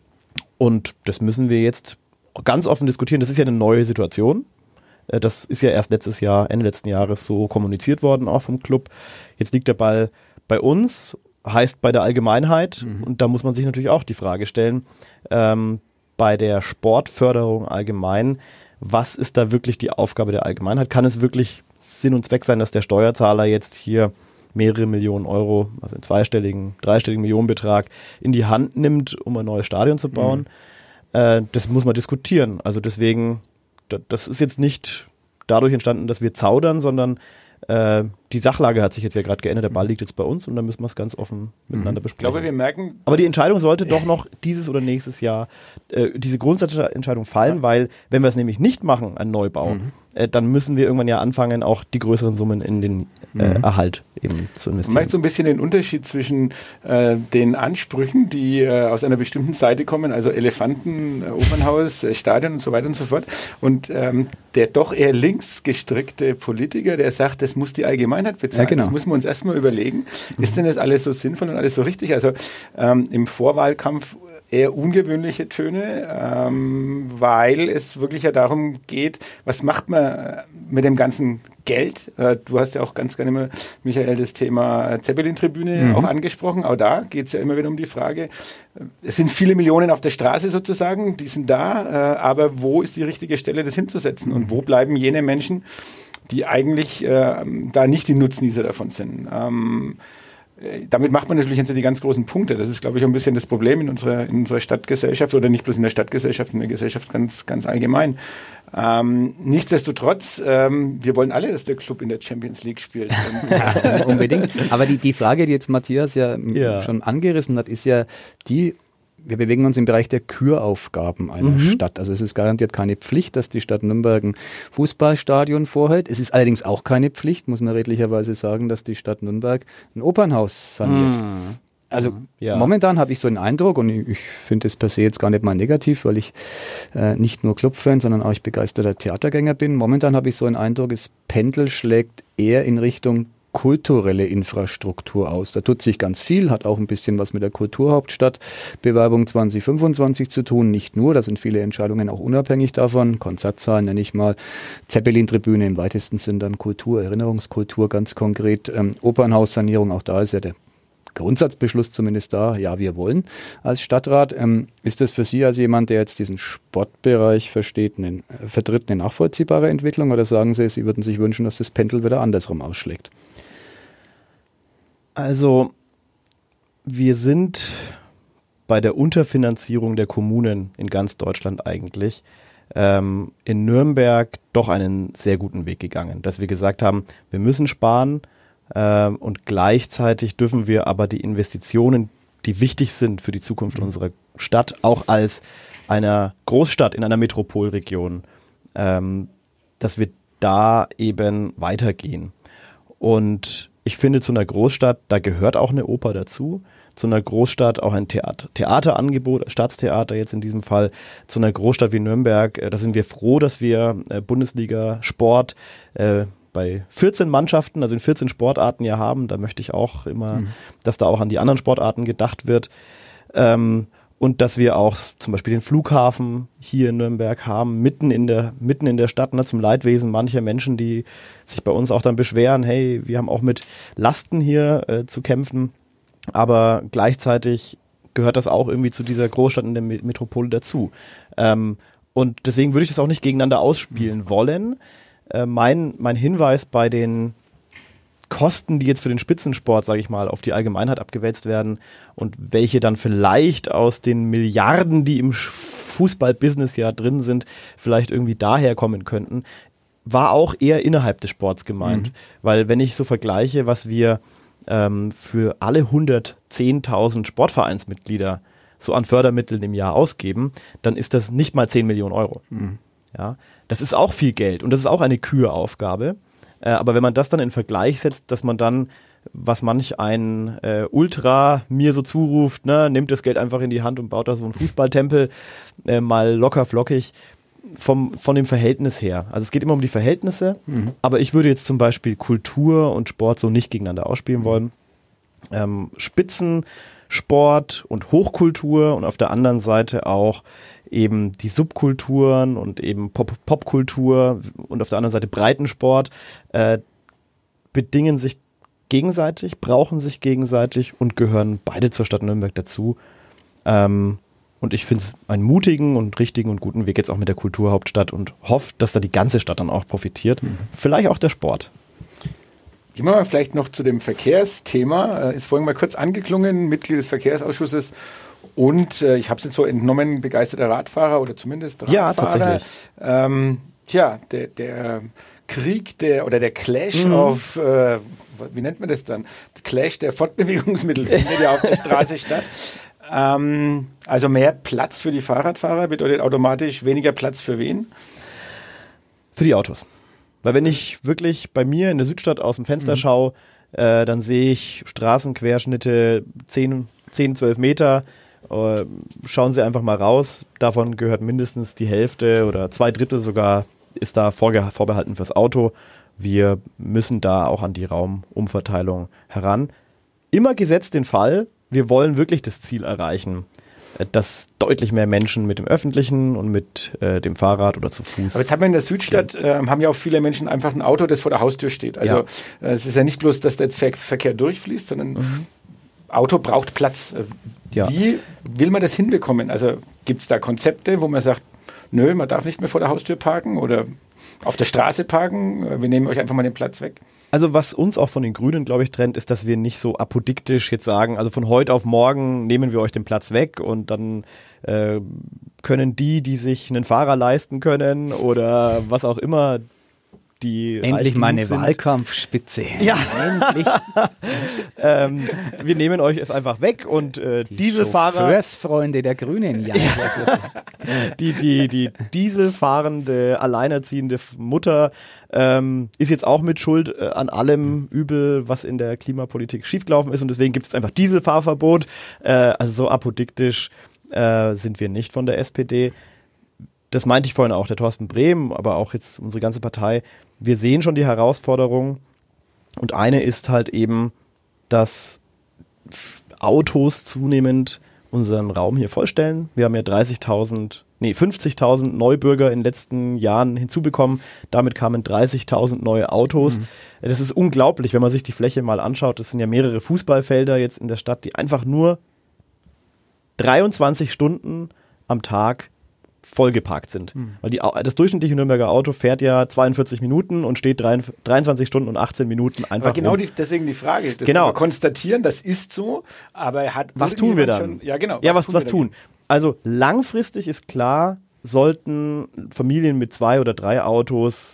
Und das müssen wir jetzt ganz offen diskutieren. Das ist ja eine neue Situation. Das ist ja erst letztes Jahr, Ende letzten Jahres so kommuniziert worden, auch vom Club. Jetzt liegt der Ball bei uns, heißt bei der Allgemeinheit. Mhm. Und da muss man sich natürlich auch die Frage stellen, ähm, bei der Sportförderung allgemein, was ist da wirklich die Aufgabe der Allgemeinheit? Kann es wirklich Sinn und Zweck sein, dass der Steuerzahler jetzt hier mehrere Millionen Euro, also einen zweistelligen, dreistelligen Millionenbetrag in die Hand nimmt, um ein neues Stadion zu bauen? Mhm. Äh, das muss man diskutieren. Also deswegen, das ist jetzt nicht dadurch entstanden, dass wir zaudern, sondern äh, die Sachlage hat sich jetzt ja gerade geändert. Der Ball liegt jetzt bei uns und dann müssen wir es ganz offen miteinander besprechen. Ich glaube, wir merken... Aber die Entscheidung sollte doch noch dieses oder nächstes Jahr äh, diese Grundsatzentscheidung fallen, ja. weil wenn wir es nämlich nicht machen, einen Neubau, mhm. äh, dann müssen wir irgendwann ja anfangen, auch die größeren Summen in den äh, mhm. Erhalt eben zu investieren. Man merkt so ein bisschen den Unterschied zwischen äh, den Ansprüchen, die äh, aus einer bestimmten Seite kommen, also Elefanten, äh, Opernhaus, äh, Stadion und so weiter und so fort, und ähm, der doch eher links gestrickte Politiker, der sagt, das muss die Allgemeinheit bezahlen. Ja, genau. Das müssen wir uns erstmal überlegen. Mhm. Ist denn das alles so sinnvoll und alles so richtig? Also ähm, im Vorwahlkampf eher ungewöhnliche Töne, ähm, weil es wirklich ja darum geht, was macht man mit dem ganzen Geld? Äh, du hast ja auch ganz gerne immer, Michael, das Thema Zeppelin-Tribüne mhm. auch angesprochen. Auch da geht es ja immer wieder um die Frage, es sind viele Millionen auf der Straße sozusagen, die sind da, äh, aber wo ist die richtige Stelle, das hinzusetzen? Und wo bleiben jene Menschen, die eigentlich äh, da nicht die Nutznießer davon sind? Ähm, Damit macht man natürlich jetzt die ganz großen Punkte. Das ist, glaube ich, ein bisschen das Problem in unserer, in unserer Stadtgesellschaft oder nicht bloß in der Stadtgesellschaft, in der Gesellschaft ganz, ganz allgemein. Ähm, nichtsdestotrotz, ähm, wir wollen alle, dass der Club in der Champions League spielt. Und, ja, unbedingt. Aber die, die Frage, die jetzt Matthias ja, ja schon angerissen hat, ist ja die, wir bewegen uns im Bereich der Küraufgaben einer mhm. Stadt. Also es ist garantiert keine Pflicht, dass die Stadt Nürnberg ein Fußballstadion vorhält. Es ist allerdings auch keine Pflicht, muss man redlicherweise sagen, dass die Stadt Nürnberg ein Opernhaus saniert. Mhm. Also ja. momentan habe ich so einen Eindruck, und ich, ich finde es per se jetzt gar nicht mal negativ, weil ich äh, nicht nur Clubfan, sondern auch ich begeisterter Theatergänger bin. Momentan habe ich so einen Eindruck, das Pendel schlägt eher in Richtung kulturelle Infrastruktur aus? Da tut sich ganz viel, hat auch ein bisschen was mit der Kulturhauptstadtbewerbung zwanzig fünfundzwanzig zu tun. Nicht nur, da sind viele Entscheidungen auch unabhängig davon. Konzertzahlen nenne ich mal, Zeppelin-Tribüne im weitesten Sinn dann Kultur, Erinnerungskultur ganz konkret. Ähm, Opernhaussanierung, auch da ist ja der Grundsatzbeschluss zumindest da, ja, wir wollen als Stadtrat. Ähm, ist das für Sie als jemand, der jetzt diesen Sportbereich versteht, eine, äh, vertritt eine nachvollziehbare Entwicklung, oder sagen Sie, Sie würden sich wünschen, dass das Pendel wieder andersrum ausschlägt? Also wir sind bei der Unterfinanzierung der Kommunen in ganz Deutschland eigentlich ähm, in Nürnberg doch einen sehr guten Weg gegangen, dass wir gesagt haben, wir müssen sparen, ähm, und gleichzeitig dürfen wir aber die Investitionen, die wichtig sind für die Zukunft mhm. unserer Stadt, auch als einer Großstadt in einer Metropolregion, ähm, dass wir da eben weitergehen. Und ich finde, zu einer Großstadt, da gehört auch eine Oper dazu. Zu einer Großstadt auch ein Theater, Theaterangebot, Staatstheater jetzt in diesem Fall. Zu einer Großstadt wie Nürnberg, äh, da sind wir froh, dass wir äh, Bundesliga-Sport äh, bei vierzehn Mannschaften, also in vierzehn Sportarten ja haben. Da möchte ich auch immer, mhm. dass da auch an die anderen Sportarten gedacht wird. Ähm, und dass wir auch zum Beispiel den Flughafen hier in Nürnberg haben, mitten in der, mitten in der Stadt, ne, zum Leidwesen mancher Menschen, die sich bei uns auch dann beschweren, hey, wir haben auch mit Lasten hier äh, zu kämpfen, aber gleichzeitig gehört das auch irgendwie zu dieser Großstadt in der Metropole dazu. Ähm, und deswegen würde ich das auch nicht gegeneinander ausspielen wollen. Äh, mein, mein Hinweis bei den Kosten, die jetzt für den Spitzensport, sage ich mal, auf die Allgemeinheit abgewälzt werden und welche dann vielleicht aus den Milliarden, die im Fußballbusiness ja drin sind, vielleicht irgendwie daherkommen könnten, war auch eher innerhalb des Sports gemeint. Mhm. Weil wenn ich so vergleiche, was wir ähm, für alle hundertzehntausend Sportvereinsmitglieder so an Fördermitteln im Jahr ausgeben, dann ist das nicht mal zehn Millionen Euro. Mhm. Ja, das ist auch viel Geld und das ist auch eine Küraufgabe. Äh, aber wenn man das dann in Vergleich setzt, dass man dann, was manch ein äh, Ultra mir so zuruft, ne, nimmt das Geld einfach in die Hand und baut da so einen Fußballtempel, äh, mal locker flockig, vom, von dem Verhältnis her. Also es geht immer um die Verhältnisse, mhm. aber ich würde jetzt zum Beispiel Kultur und Sport so nicht gegeneinander ausspielen mhm. wollen. Ähm, Spitzensport und Hochkultur und auf der anderen Seite auch eben die Subkulturen und eben Pop- Popkultur und auf der anderen Seite Breitensport äh, bedingen sich gegenseitig, brauchen sich gegenseitig und gehören beide zur Stadt Nürnberg dazu. Ähm, und ich finde es einen mutigen und richtigen und guten Weg jetzt auch mit der Kulturhauptstadt und hoffe, dass da die ganze Stadt dann auch profitiert. Mhm. Vielleicht auch der Sport. Gehen wir mal vielleicht noch zu dem Verkehrsthema. Ist vorhin mal kurz angeklungen, Mitglied des Verkehrsausschusses. Und äh, ich habe es jetzt so entnommen, begeisterter Radfahrer oder zumindest Radfahrer. Ja, tatsächlich. Ähm, tja, der, der Krieg der oder der Clash mhm. auf, äh, wie nennt man das dann? Clash der Fortbewegungsmittel findet ja auf der Straße statt. Ähm, also mehr Platz für die Fahrradfahrer bedeutet automatisch weniger Platz für wen? Für die Autos. Weil wenn ich wirklich bei mir in der Südstadt aus dem Fenster mhm. schaue, äh, dann sehe ich Straßenquerschnitte zehn, zwölf Meter. Uh, schauen Sie einfach mal raus, davon gehört mindestens die Hälfte oder zwei Drittel sogar ist da vorge- vorbehalten fürs Auto. Wir müssen da auch an die Raumumverteilung heran. Immer gesetzt den Fall, wir wollen wirklich das Ziel erreichen, dass deutlich mehr Menschen mit dem Öffentlichen und mit äh, dem Fahrrad oder zu Fuß. Aber jetzt haben wir in der Südstadt, äh, haben ja auch viele Menschen einfach ein Auto, das vor der Haustür steht. Also ja. äh, es ist ja nicht bloß, dass der Ver- Verkehr durchfließt, sondern mhm. Auto braucht Platz. Ja. Wie will man das hinbekommen? Also gibt es da Konzepte, wo man sagt, nö, man darf nicht mehr vor der Haustür parken oder auf der Straße parken, wir nehmen euch einfach mal den Platz weg? Also was uns auch von den Grünen, glaube ich, trennt, ist, dass wir nicht so apodiktisch jetzt sagen, also von heute auf morgen nehmen wir euch den Platz weg und dann äh, können die, die sich einen Fahrer leisten können oder was auch immer, die endlich meine sind. Wahlkampfspitze. Ja, endlich. ähm, wir nehmen euch es einfach weg und äh, die Dieselfahrer. Chauffeursfreunde der Grünen, ja. ja. die, die, die Dieselfahrende, alleinerziehende Mutter ähm, ist jetzt auch mit Schuld äh, an allem Übel, was in der Klimapolitik schiefgelaufen ist und deswegen gibt es einfach Dieselfahrverbot. Äh, also so apodiktisch äh, sind wir nicht von der S P D. Das meinte ich vorhin auch, der Thorsten Brehm, aber auch jetzt unsere ganze Partei. Wir sehen schon die Herausforderung Und eine ist halt eben, dass Autos zunehmend unseren Raum hier vollstellen. Wir haben ja dreißigtausend, nee, fünfzigtausend Neubürger in den letzten Jahren hinzubekommen. Damit kamen dreißigtausend neue Autos. Mhm. Das ist unglaublich, wenn man sich die Fläche mal anschaut. Das sind ja mehrere Fußballfelder jetzt in der Stadt, die einfach nur dreiundzwanzig Stunden am Tag vollgeparkt sind. Mhm. Weil die, das durchschnittliche Nürnberger Auto fährt ja zweiundvierzig Minuten und steht dreiundzwanzig Stunden und achtzehn Minuten einfach Aber genau rum. Die, deswegen die Frage. Das genau. Wir konstatieren, das ist so, aber hat was tun wir dann? Schon, ja, genau. Ja, was, was, was tun? Also langfristig ist klar, sollten Familien mit zwei oder drei Autos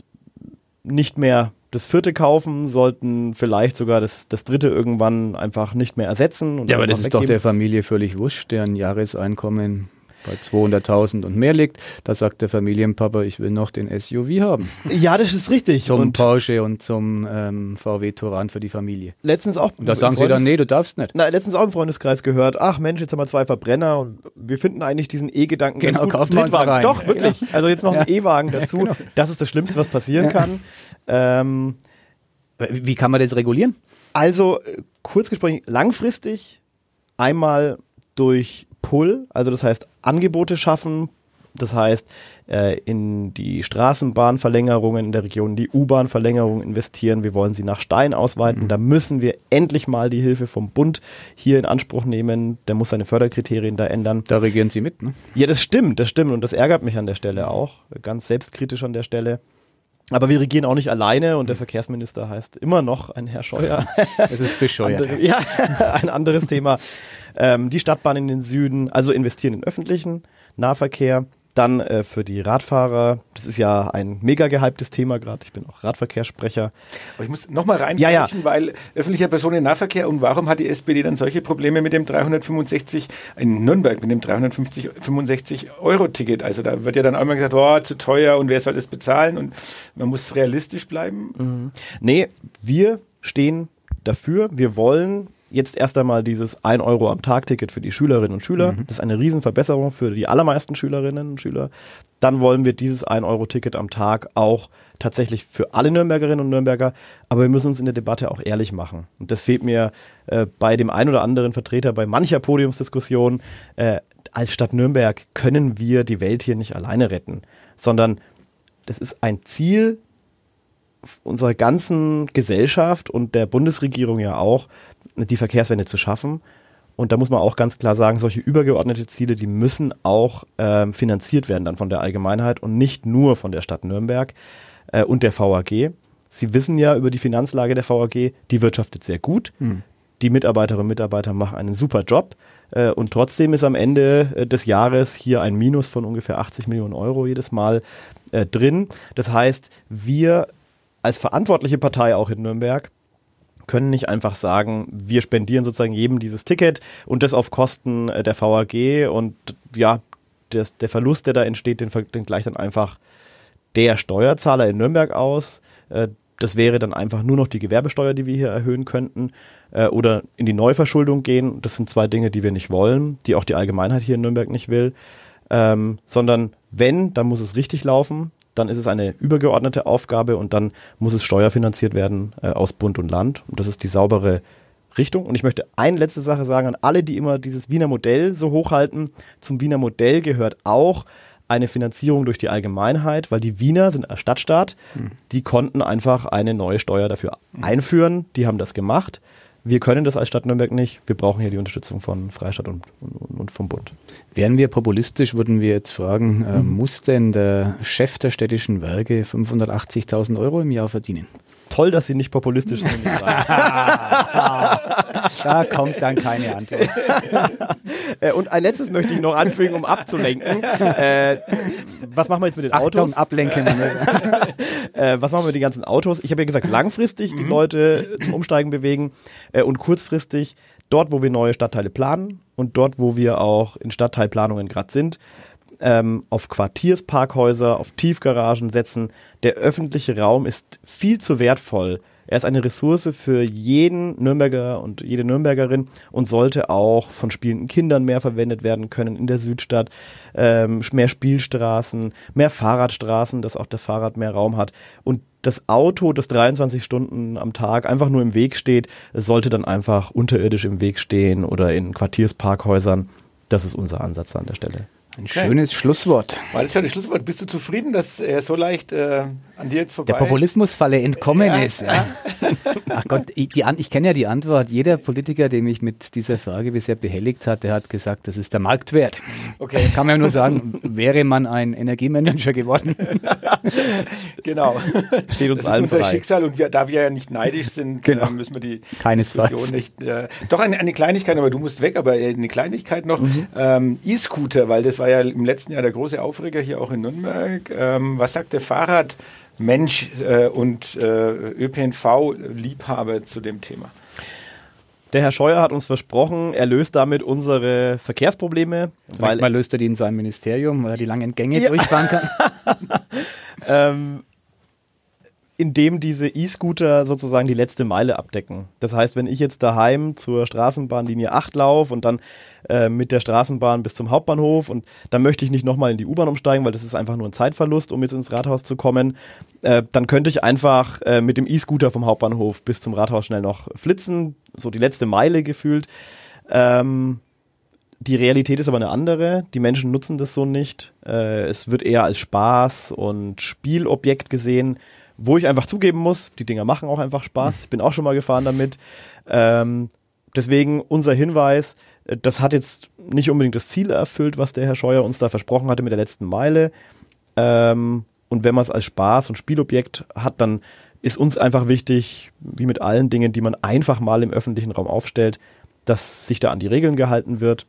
nicht mehr das vierte kaufen, sollten vielleicht sogar das, das dritte irgendwann einfach nicht mehr ersetzen. Und ja, aber das weggeben. ist doch der Familie völlig wurscht, deren Jahreseinkommen bei zweihunderttausend und mehr liegt. Da sagt der Familienpapa, ich will noch den S U V haben. Ja, das ist richtig. Zum und Porsche und zum ähm, V W Touran für die Familie. Letztens auch. Und da sagen sie dann, nee, du darfst nicht. Na, letztens auch im Freundeskreis gehört, ach Mensch, jetzt haben wir zwei Verbrenner und wir finden eigentlich diesen E-Gedanken genau, ganz gut. Kauft man rein. Doch, ja, wirklich. Genau. Also jetzt noch ein ja. E-Wagen dazu. Ja, genau. Das ist das Schlimmste, was passieren ja. kann. Ähm, Wie kann man das regulieren? Also, kurz gesprochen, langfristig einmal durch Pull, also das heißt Angebote schaffen, das heißt äh, in die Straßenbahnverlängerungen in der Region, die U-Bahn-Verlängerung investieren. Wir wollen sie nach Stein ausweiten. Mhm. Da müssen wir endlich mal die Hilfe vom Bund hier in Anspruch nehmen. Der muss seine Förderkriterien da ändern. Da regieren Sie mit, ne? Ja, das stimmt, das stimmt und das ärgert mich an der Stelle auch. Ganz selbstkritisch an der Stelle. Aber wir regieren auch nicht alleine und der Verkehrsminister heißt immer noch ein Herr Scheuer. Es ist bescheuert. Andere, ja, ein anderes Thema. Ähm, die Stadtbahn in den Süden, also investieren in öffentlichen Nahverkehr. Dann äh, für die Radfahrer, das ist ja ein mega gehyptes Thema gerade, ich bin auch Radverkehrssprecher. Aber ich muss nochmal rein, ja, ja. weil öffentlicher Personennahverkehr und warum hat die S P D dann solche Probleme mit dem dreihundertfünfundsechzig, in Nürnberg mit dem dreihundertfünfundsechzig Euro Ticket, also da wird ja dann auch immer gesagt, oh, zu teuer und wer soll das bezahlen und man muss realistisch bleiben. Mhm. Nee, wir stehen dafür, wir wollen jetzt erst einmal dieses ein Euro am Tag-Ticket für die Schülerinnen und Schüler. Mhm. Das ist eine Riesenverbesserung für die allermeisten Schülerinnen und Schüler. Dann wollen wir dieses ein Euro Ticket am Tag auch tatsächlich für alle Nürnbergerinnen und Nürnberger. Aber wir müssen uns in der Debatte auch ehrlich machen. Und das fehlt mir äh, bei dem einen oder anderen Vertreter bei mancher Podiumsdiskussion. Äh, als Stadt Nürnberg können wir die Welt hier nicht alleine retten, sondern das ist ein Ziel unserer ganzen Gesellschaft und der Bundesregierung ja auch, die Verkehrswende zu schaffen. Und da muss man auch ganz klar sagen, solche übergeordnete Ziele, die müssen auch ähm, finanziert werden dann von der Allgemeinheit und nicht nur von der Stadt Nürnberg äh, und der V A G. Sie wissen ja über die Finanzlage der V A G, die wirtschaftet sehr gut. Hm. Die Mitarbeiterinnen und Mitarbeiter machen einen super Job. Äh, und trotzdem ist am Ende äh, des Jahres hier ein Minus von ungefähr achtzig Millionen Euro jedes Mal äh, drin. Das heißt, wir als verantwortliche Partei auch in Nürnberg können nicht einfach sagen, wir spendieren sozusagen jedem dieses Ticket und das auf Kosten der V A G und ja, das, der Verlust, der da entsteht, den, den gleicht dann einfach der Steuerzahler in Nürnberg aus. Das wäre dann einfach nur noch die Gewerbesteuer, die wir hier erhöhen könnten oder in die Neuverschuldung gehen. Das sind zwei Dinge, die wir nicht wollen, die auch die Allgemeinheit hier in Nürnberg nicht will, ähm, sondern wenn, dann muss es richtig laufen. Dann ist es eine übergeordnete Aufgabe und dann muss es steuerfinanziert werden äh, aus Bund und Land. Und das ist die saubere Richtung. Und ich möchte eine letzte Sache sagen an alle, die immer dieses Wiener Modell so hochhalten. Zum Wiener Modell gehört auch eine Finanzierung durch die Allgemeinheit, weil die Wiener sind ein Stadtstaat. Hm. Die konnten einfach eine neue Steuer dafür einführen. Die haben das gemacht. Wir können das als Stadt Nürnberg nicht. Wir brauchen hier die Unterstützung von Freistaat und, und, und vom Bund. Wären wir populistisch, würden wir jetzt fragen, äh, mhm. muss denn der Chef der städtischen Werke fünfhundertachtzigtausend Euro im Jahr verdienen? Toll, dass Sie nicht populistisch sind. Da kommt dann keine Antwort. Und ein letztes möchte ich noch anfügen, um abzulenken. Äh, was machen wir jetzt mit den Achtung, Autos? ablenken. äh, was machen wir mit den ganzen Autos? Ich habe ja gesagt, langfristig die Leute zum Umsteigen bewegen äh, und kurzfristig dort, wo wir neue Stadtteile planen und dort, wo wir auch in Stadtteilplanungen gerade sind, Ähm, auf Quartiersparkhäuser, auf Tiefgaragen setzen. Der öffentliche Raum ist viel zu wertvoll, Er ist eine Ressource für jeden Nürnberger und jede Nürnbergerin und sollte auch von spielenden Kindern mehr verwendet werden können in der Südstadt. Ähm, mehr Spielstraßen, mehr Fahrradstraßen, dass auch das Fahrrad mehr Raum hat. Und das Auto, das dreiundzwanzig Stunden am Tag einfach nur im Weg steht, sollte dann einfach unterirdisch im Weg stehen oder in Quartiersparkhäusern. Das ist unser Ansatz an der Stelle. Ein okay. schönes Schlusswort. War das ja das Schlusswort. Bist du zufrieden, dass er so leicht äh, an dir jetzt vorbei... Der Populismusfalle entkommen ja, ist. Ja. Ach Gott, ich, die, ich kenne ja die Antwort. Jeder Politiker, der mich mit dieser Frage bisher behelligt hat, der hat gesagt, das ist der Marktwert. Okay. Kann man ja nur sagen, wäre man ein Energiemanager geworden. Genau. Steht uns das allen ist unser frei. Schicksal und wir, da wir ja nicht neidisch sind, genau. müssen wir die Keinesfalls. Diskussion nicht... Äh, doch, eine, eine Kleinigkeit, aber du musst weg, aber eine Kleinigkeit noch. Mhm. Ähm, E-Scooter, weil das war ja im letzten Jahr der große Aufreger hier auch in Nürnberg. Ähm, was sagt der Fahrradmensch äh, und äh, Ö P N V-Liebhaber zu dem Thema? Der Herr Scheuer hat uns versprochen, er löst damit unsere Verkehrsprobleme. Weil Manchmal löst er die in seinem Ministerium, weil er die langen Gänge ja. durchfahren kann. ähm, indem diese E-Scooter sozusagen die letzte Meile abdecken. Das heißt, wenn ich jetzt daheim zur Straßenbahnlinie acht laufe und dann äh, mit der Straßenbahn bis zum Hauptbahnhof und dann möchte ich nicht nochmal in die U-Bahn umsteigen, weil das ist einfach nur ein Zeitverlust, um jetzt ins Rathaus zu kommen, äh, dann könnte ich einfach äh, mit dem E-Scooter vom Hauptbahnhof bis zum Rathaus schnell noch flitzen, so die letzte Meile gefühlt. Ähm, die Realität ist aber eine andere. Die Menschen nutzen das so nicht. Äh, es wird eher als Spaß und Spielobjekt gesehen, wo ich einfach zugeben muss, die Dinger machen auch einfach Spaß. Ich bin auch schon mal gefahren damit. Ähm, deswegen unser Hinweis, das hat jetzt nicht unbedingt das Ziel erfüllt, was der Herr Scheuer uns da versprochen hatte mit der letzten Meile. Ähm, und wenn man es als Spaß und Spielobjekt hat, dann ist uns einfach wichtig, wie mit allen Dingen, die man einfach mal im öffentlichen Raum aufstellt, dass sich da an die Regeln gehalten wird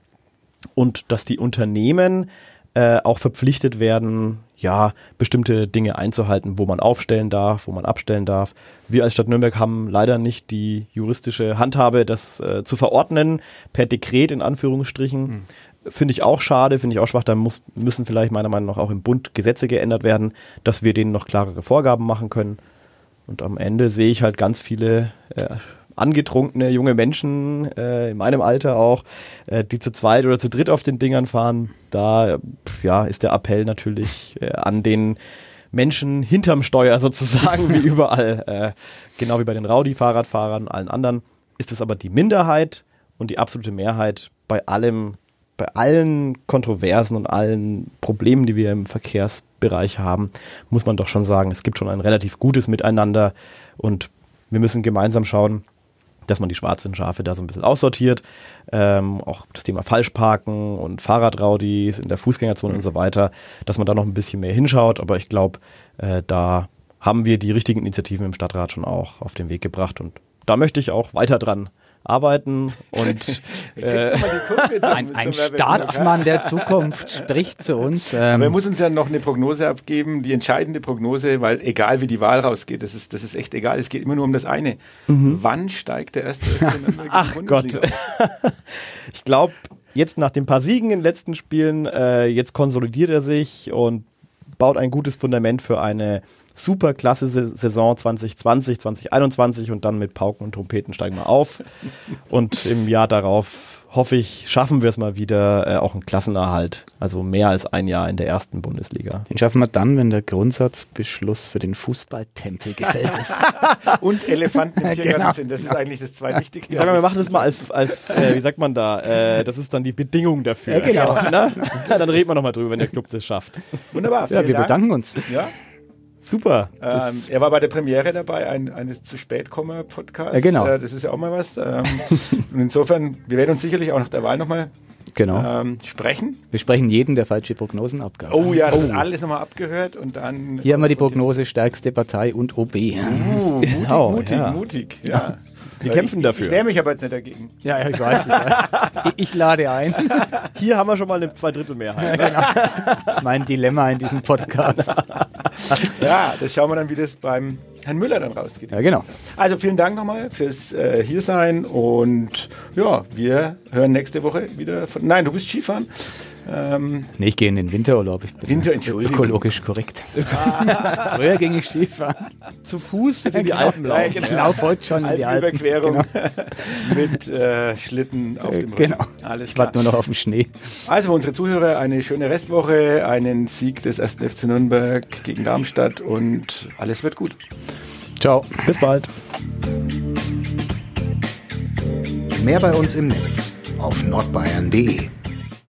und dass die Unternehmen äh, auch verpflichtet werden, ja, bestimmte Dinge einzuhalten, wo man aufstellen darf, wo man abstellen darf. Wir als Stadt Nürnberg haben leider nicht die juristische Handhabe, das äh, zu verordnen, per Dekret in Anführungsstrichen. Mhm. Finde ich auch schade, finde ich auch schwach. Da muss, müssen vielleicht meiner Meinung nach auch im Bund Gesetze geändert werden, dass wir denen noch klarere Vorgaben machen können. Und am Ende sehe ich halt ganz viele äh, angetrunkene junge Menschen, äh, in meinem Alter auch, äh, die zu zweit oder zu dritt auf den Dingern fahren. Da ja, ist der Appell natürlich äh, an den Menschen hinterm Steuer sozusagen, wie überall. Äh, genau wie bei den Rowdy-Fahrradfahrern und allen anderen. Ist es aber die Minderheit und die absolute Mehrheit bei allem, bei allen Kontroversen und allen Problemen, die wir im Verkehrsbereich haben, muss man doch schon sagen, es gibt schon ein relativ gutes Miteinander und wir müssen gemeinsam schauen, dass man die schwarzen Schafe da so ein bisschen aussortiert. Ähm, auch das Thema Falschparken und Fahrradraudis in der Fußgängerzone und so weiter, dass man da noch ein bisschen mehr hinschaut. Aber ich glaube, äh, da haben wir die richtigen Initiativen im Stadtrat schon auch auf den Weg gebracht. Und da möchte ich auch weiter dran arbeiten und äh, ein, ein Staatsmann der Zukunft spricht zu uns. Ähm. Er muss uns ja noch eine Prognose abgeben, die entscheidende Prognose, weil egal wie die Wahl rausgeht, das ist, das ist echt egal, es geht immer nur um das eine. Mhm. Wann steigt der erste F C Nürnberg in die Ach Bundesliga? Gott. Ich glaube, jetzt nach den paar Siegen in den letzten Spielen, äh, jetzt konsolidiert er sich und baut ein gutes Fundament für eine super klasse Saison zwanzig zwanzig, zwanzig einundzwanzig und dann mit Pauken und Trompeten steigen wir auf. Und im Jahr darauf, hoffe ich, schaffen wir es mal wieder, äh, auch einen Klassenerhalt. Also mehr als ein Jahr in der ersten Bundesliga. Den schaffen wir dann, wenn der Grundsatzbeschluss für den Fußballtempel gefällt ist. Und Elefanten im Tiergarten genau. sind. Das ist eigentlich das Zweitwichtigste. Ich sag mal, wir machen das mal als, als äh, wie sagt man da, äh, das ist dann die Bedingung dafür. Ja, genau. Na? Ja, dann reden wir nochmal drüber, wenn der Club das schafft. Wunderbar. Ja, wir Dank. bedanken uns. Ja. Super. Ähm, er war bei der Premiere dabei, ein, eines zu spät kommer Podcasts. Ja, genau. Äh, das ist ja auch mal was. Ähm, und insofern, wir werden uns sicherlich auch nach der Wahl nochmal genau. ähm, sprechen. Wir sprechen jeden, der falsche Prognosen abgab. Oh ja, das oh. wird alles nochmal abgehört und dann... Hier haben wir die Prognose stärkste Partei und O B. Uh, mutig, genau, mutig, ja. mutig. Ja. Wir kämpfen ich, dafür. Ich wehre mich aber jetzt nicht dagegen. Ja, ja ich weiß, ich weiß. Ich, ich lade ein. Hier haben wir schon mal eine Zweidrittelmehrheit. Ne? Ja, genau. Das ist mein Dilemma in diesem Podcast. Ja, das schauen wir dann, wie das beim Herrn Müller dann rausgeht. Ja, genau. Also vielen Dank nochmal fürs äh, Hiersein und ja, wir hören nächste Woche wieder von... Nein, du bist Skifahren. Ähm, Nee, ich gehe in den Winterurlaub. Ich bin Winter, Entschuldigung. ökologisch korrekt. Früher ging ich Skifahren. Zu Fuß bis in die Genau. Alpen laufen. Ja, genau. Ich laufe heute schon in die Alpen. Alpenüberquerung mit äh, Schlitten auf dem Rücken. Genau. Alles Ich klar. warte nur noch auf den Schnee. Also für unsere Zuhörer eine schöne Restwoche, einen Sieg des ersten F C Nürnberg gegen Darmstadt und alles wird gut. Ciao. Bis bald. Mehr bei uns im Netz auf nordbayern punkt de.